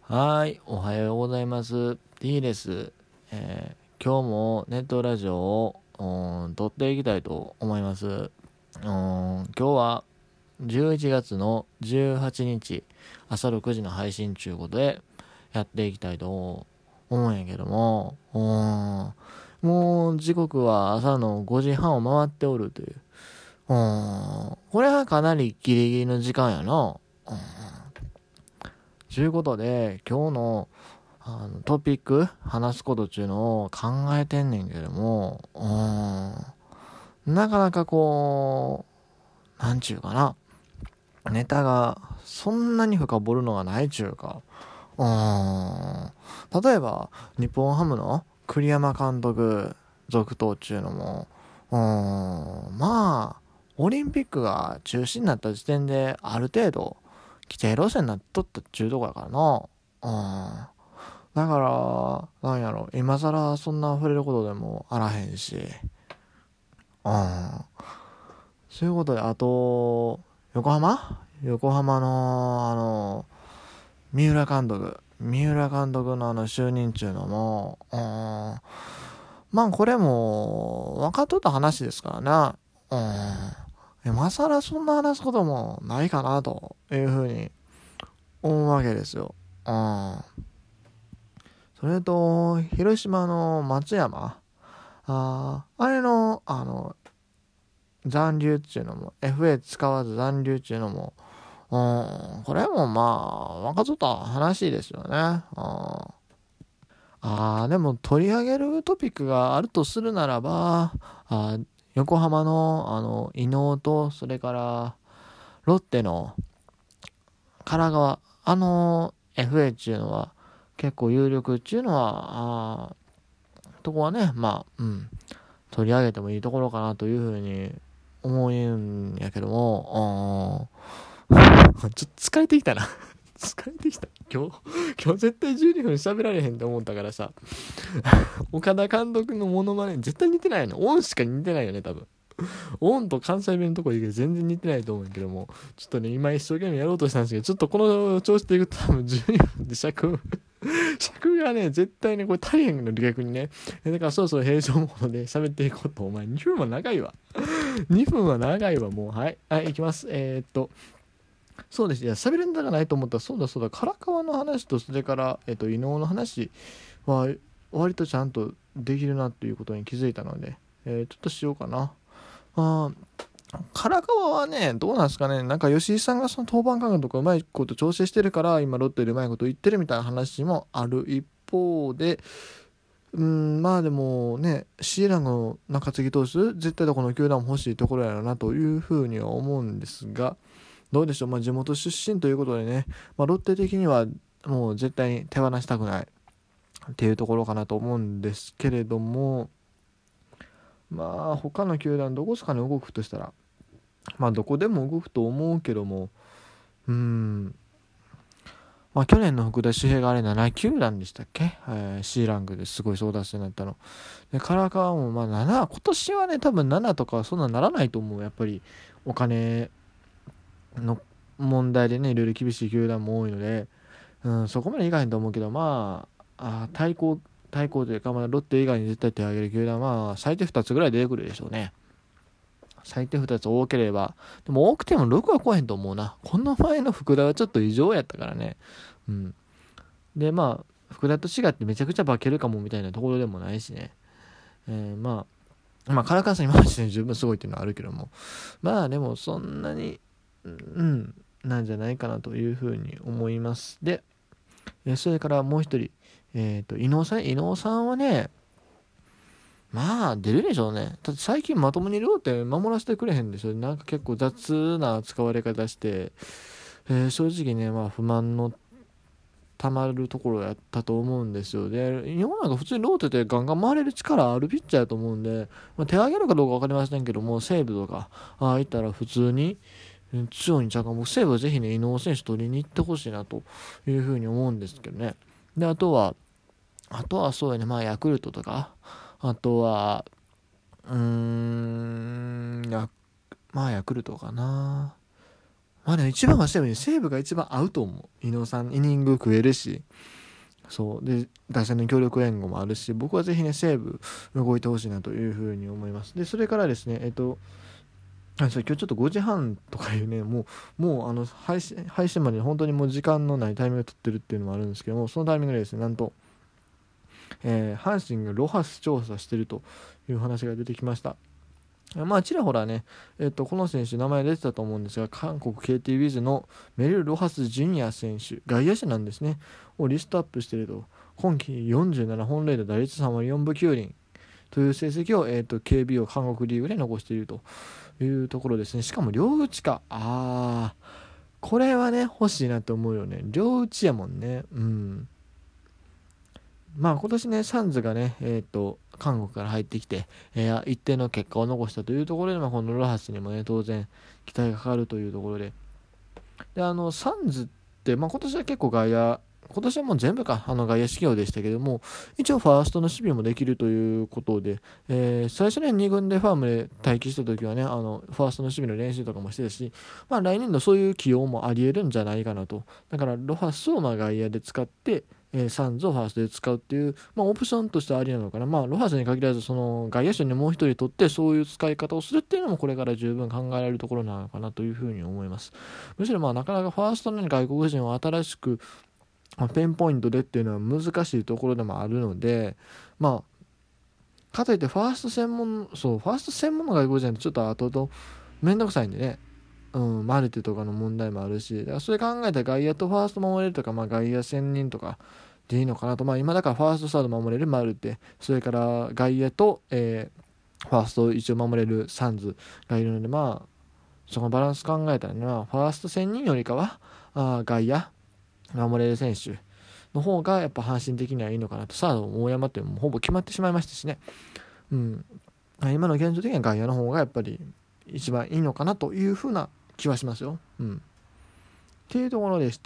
はい、おはようございます。D です。今日もネットラジオを撮っていきたいと思います。今日は11月の18日朝6時の配信ということでやっていきたいと思うんやけども、もう時刻は朝の5時半を回っておるという。これはかなりギリギリの時間やな。ということで、今日のトピック話すことっていうのを考えてんねんけども、なかなかなんちゅうかな、ネタがそんなに深掘るのがないちゅうか、例えば、日本ハムの栗山監督続投っていうのも、まあ、オリンピックが中止になった時点である程度、規定路線になっとったっちゅうとこやからな。だから、なんやろ、今更そんな触れることでもあらへんし、そういうことで、あと、横浜の、三浦監督の就任中のも、まあこれも、分かっとった話ですからね。今更そんな話すこともないかな、というふうに思うわけですよ。それと、広島の松山、あれの、残留っていうのも、FA 使わず残留っていうのも、これもまあ、分かっとった話ですよね。でも取り上げるトピックがあるとするならば、横浜の、伊能と、それから、ロッテの唐川、FA っていうのは、結構有力っていうのは、とこはね、取り上げてもいいところかなというふうに思うんやけども、ちょっと疲れてきたな。疲れてきた。今日絶対12分喋られへんと思ったからさ、岡田監督のモノマネ絶対似てないの。オンしか似てないよね、多分。オンと関西弁のとこいいけど全然似てないと思うんやけども、ちょっとね、今一生懸命やろうとしたんですけど、ちょっとこの調子でいくと多分12分で尺がね、絶対ね、これ足りへんの逆にね。だからそろそろ平常モードで喋っていこうと。お前2分は長いわ。2分は長いわ、もう。はい。はい、いきます。そうです。いや、喋るんだがないと思ったら、そうだ、唐川の話と、それから、伊能の話は、割とちゃんとできるなっていうことに気づいたので、ちょっとしようかな。唐川はね、どうなんですかね、なんか吉井さんがその登板間隔とかうまいこと調整してるから、今ロッテでうまいこと言ってるみたいな話もある一方で、まあでもね、シーランの中継ぎ投手、絶対どこの球団も欲しいところやろなというふうには思うんですが、どうでしょう、地元出身ということでね、ロッテ的にはもう絶対に手放したくないっていうところかなと思うんですけれども、他の球団どこですかね、動くとしたら。どこでも動くと思うけども、去年の福田周平があれ7球団でしたっけ、C ランクですごい争奪戦になったの。で、唐川も7、今年はね、多分7とかそんなならないと思う。やっぱりお金の問題でね、いろいろ厳しい球団も多いので、そこまでいかへんと思うけど、対抗というか、ロッテ以外に絶対手を挙げる球団は、最低2つぐらい出てくるでしょうね。最低2つ多ければ。でも多くても6は来へんと思うな。この前の福田はちょっと異常やったからね。で、福田と違ってめちゃくちゃ化けるかもみたいなところでもないしね。唐川さん今の時点で十分すごいっていうのはあるけども。でもそんなに、なんじゃないかなというふうに思います。で、それからもう一人、伊能さんはね、出るでしょうね。だって最近まともにローテ守らせてくれへんでしょ。なんか結構雑な使われ方して、正直ね、不満のたまるところやったと思うんですよ。で、日本なんか普通にローテでガンガン回れる力あるピッチャーやと思うんで、手を挙げるかどうか分かりませんけども、西武とか、いったら普通に強いんちゃうか。僕、西武はぜひね、伊能選手取りに行ってほしいなというふうに思うんですけどね。で、あとはそうやね、ヤクルトとか、あとは、ヤクルトかな。 まあね、一番は西武が一番合うと思う。伊野さんイニング食えるし、そうで打者の協力援護もあるし、僕はぜひね西武動いてほしいなというふうに思います。でそれからですねそう今日ちょっと5時半とかいうねもう配信まで本当にもう時間のないタイミングで撮ってるっていうのもあるんですけども、そのタイミングでですねなんと、阪神がロハス調査してるという話が出てきました。まあちらほらね、この選手名前出てたと思うんですが、韓国 KT ウィズのメル・ロハス・ジュニア選手、外野手なんですね、をリストアップしていると。今季47本塁打打率3割4分9厘という成績を、KBO 韓国リーグで残しているというところですね。しかも両打ちか、これはね欲しいなと思うよね。両打ちやもんね。まあ今年ねサンズがね韓国から入ってきて、一定の結果を残したというところで、このロハスにもね当然期待がかかるというところで、サンズって、今年は結構今年はもう全部か外野手起用でしたけども、一応ファーストの守備もできるということで、最初ね2軍でファームで待機した時はねファーストの守備の練習とかもしてたし、来年度そういう起用もありえるんじゃないかなと。だからロハスを外野で使ってサンズをファーストで使うっていう、オプションとしてありなのかな。ロハスに限らずその外野手にもう一人取ってそういう使い方をするっていうのもこれから十分考えられるところなのかなというふうに思います。むしろなかなかファーストの外国人を新しくペンポイントでっていうのは難しいところでもあるので、かといってファースト専門の外国人ってちょっと後々めんどくさいんでね、マルテとかの問題もあるし、だからそれ考えたら外野とファースト守れるとか、外野専任とかでいいのかなと。今だからファーストサード守れるマルテ、それから外野と、ファーストを一応守れるサンズがいるので、そのバランス考えたらね、ファースト専任よりかは外野守れる選手の方がやっぱ阪神的にはいいのかなと。サードも大山ってもうほぼ決まってしまいましたしね、今の現状的には外野の方がやっぱり一番いいのかなというふうな気はしますよ。っていうところでして、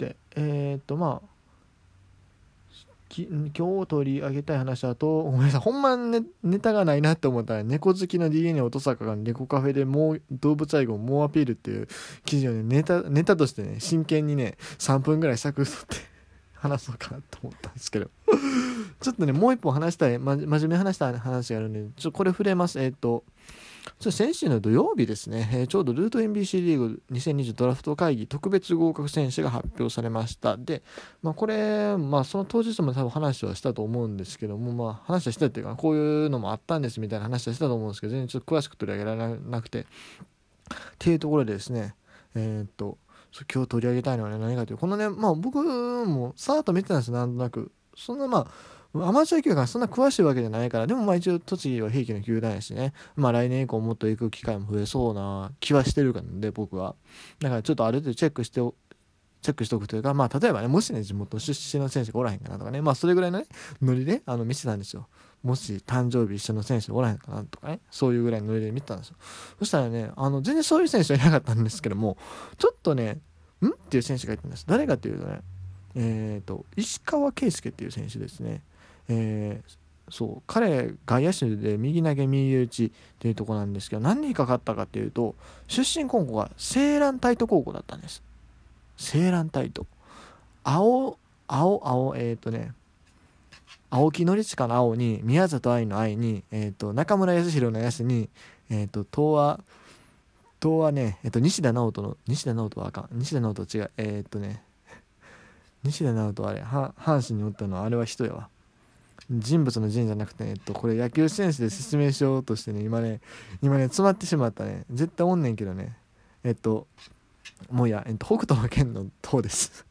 今日取り上げたい話だと、ごめんなさい、ほんまに、ネタがないなって思ったら、猫好きの DNA 音坂が猫カフェでもう動物愛護猛アピールっていう記事をね、ネタとしてね、真剣にね、3分ぐらい尺取って話そうかなと思ったんですけど、ちょっとね、もう一本話したい、真面目に話したい話があるんで、これ触れます。先週の土曜日ですね、ちょうどルート NBC リーグ2020ドラフト会議特別合格選手が発表されました。で、これ、その当日も多分話はしたと思うんですけども、話はしたっていうか、こういうのもあったんですみたいな話はしたと思うんですけど、全然ちょっと詳しく取り上げられなくて、っていうところでですね、今日取り上げたいのは、何かというと、このね、僕もさーっと見てたんですよ、なんとなく。そんなアマチュア球界そんな詳しいわけじゃないから、でも一応栃木は兵器の球団やしね、来年以降もっと行く機会も増えそうな気はしてるからで、僕は。だからちょっとある程度チェックしておくというか、例えばね、もしね、地元出身の選手がおらへんかなとかね、それぐらいのね、ノリで見せてたんですよ。もし誕生日一緒の選手がおらへんかなとかね、そういうぐらいのノリで見てたんですよ。そしたらね、全然そういう選手はいなかったんですけども、ちょっとね、っていう選手がいたんです。誰かというとね、石川圭介っていう選手ですね。彼外野手で右投げ右打ちっていうところなんですけど、何にかかったかっていうと、出身高校が青蘭タイト高校だったんです。青蘭タイト、青青木宣親の青に宮里藍の藍に、中村康弘の康に、東はね、西田直人はあかん、西田直人違う、西田直人はあれ阪神におったのはあれは人やわ、人物の人じゃなくてね、これ野球選手で説明しようとしてね、今ね詰まってしまったね。絶対おんねんけどね、もういや、北斗の拳の塔です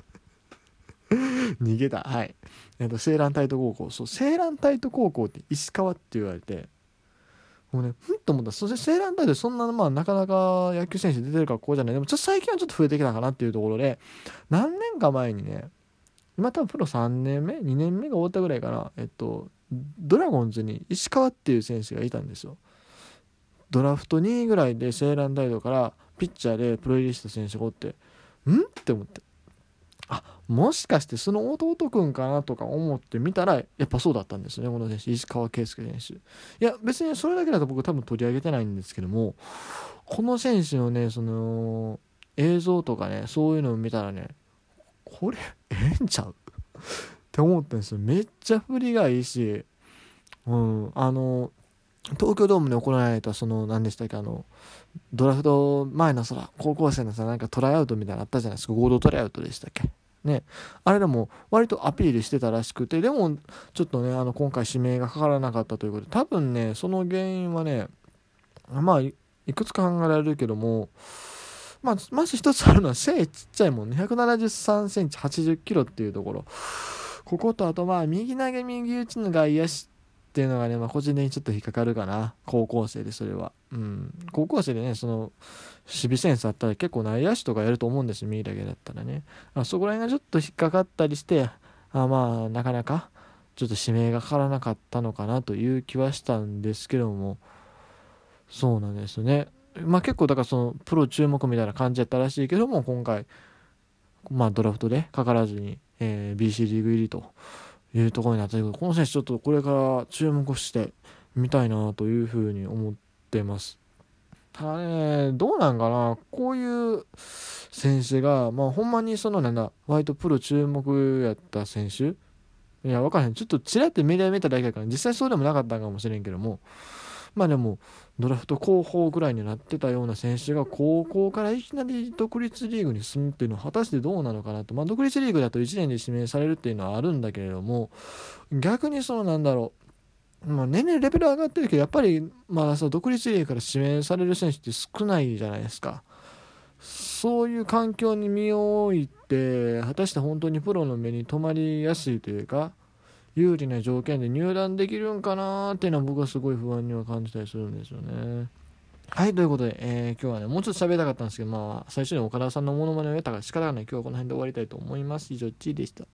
逃げた。はい、青蘭タイト高校、青蘭タイト高校って石川って言われて、もうね、ふっと思った。そして青蘭タイトそんななかなか野球選手出てる学校じゃない。でも最近はちょっと増えてきたかなっていうところで、何年か前にね、今多分プロ3年目2年目が終わったぐらいかな、ドラゴンズに石川っていう選手がいたんですよ。ドラフト2位ぐらいで青蘭大道からピッチャーでプロ入りした選手がおって、って思って、もしかしてその弟くんかなとか思って見たら、やっぱそうだったんですね、この選手、石川圭介選手。いや別にそれだけだと僕多分取り上げてないんですけども、この選手のね、 映像とかね、そういうのを見たらね、これええんちゃうって思ったんですよ。めっちゃ振りがいいし、東京ドームで行われた何でしたっけ、ドラフト前の高校生のなんかトライアウトみたいなのあったじゃないですか。合同トライアウトでしたっけね。あれでも割とアピールしてたらしくて、でもちょっとね、今回指名がかからなかったということで、多分ね、その原因はね、まあいくつか考えられるけども、まず一つあるのは背ちっちゃいもんね。173センチ80キロっていうところ。ここと、あと右投げ右打ちの外野手っていうのがね、個人的にちょっと引っかかるかな。高校生でそれは。高校生でね、守備センスあったら結構内野手とかやると思うんですよ。右だけだったらね。そこら辺がちょっと引っかかったりして、なかなかちょっと指名がかからなかったのかなという気はしたんですけども、そうなんですよね。結構だからプロ注目みたいな感じだったらしいけども、今回ドラフトでかからずに、BC リーグ入りというところになったけど、この選手ちょっとこれから注目してみたいなというふうに思ってます。ただね、どうなんかな、こういう選手がほんまに割とプロ注目やった選手、いや分からへん、ちょっとちらってメディア見ただけだから実際そうでもなかったかもしれんけども、でもドラフト候補ぐらいになってたような選手が高校からいきなり独立リーグに進むっていうのは果たしてどうなのかなと。独立リーグだと1年で指名されるっていうのはあるんだけれども、逆になんだろう、年々レベル上がってるけど、やっぱり独立リーグから指名される選手って少ないじゃないですか。そういう環境に身を置いて、果たして本当にプロの目に留まりやすいというか有利な条件で入団できるんかなーっていうのは僕はすごい不安には感じたりするんですよね。はい、ということで、今日はね、もうちょっと喋りたかったんですけど、最初に岡田さんのモノマネをやったから仕方がない。今日はこの辺で終わりたいと思います。以上、ちーでした。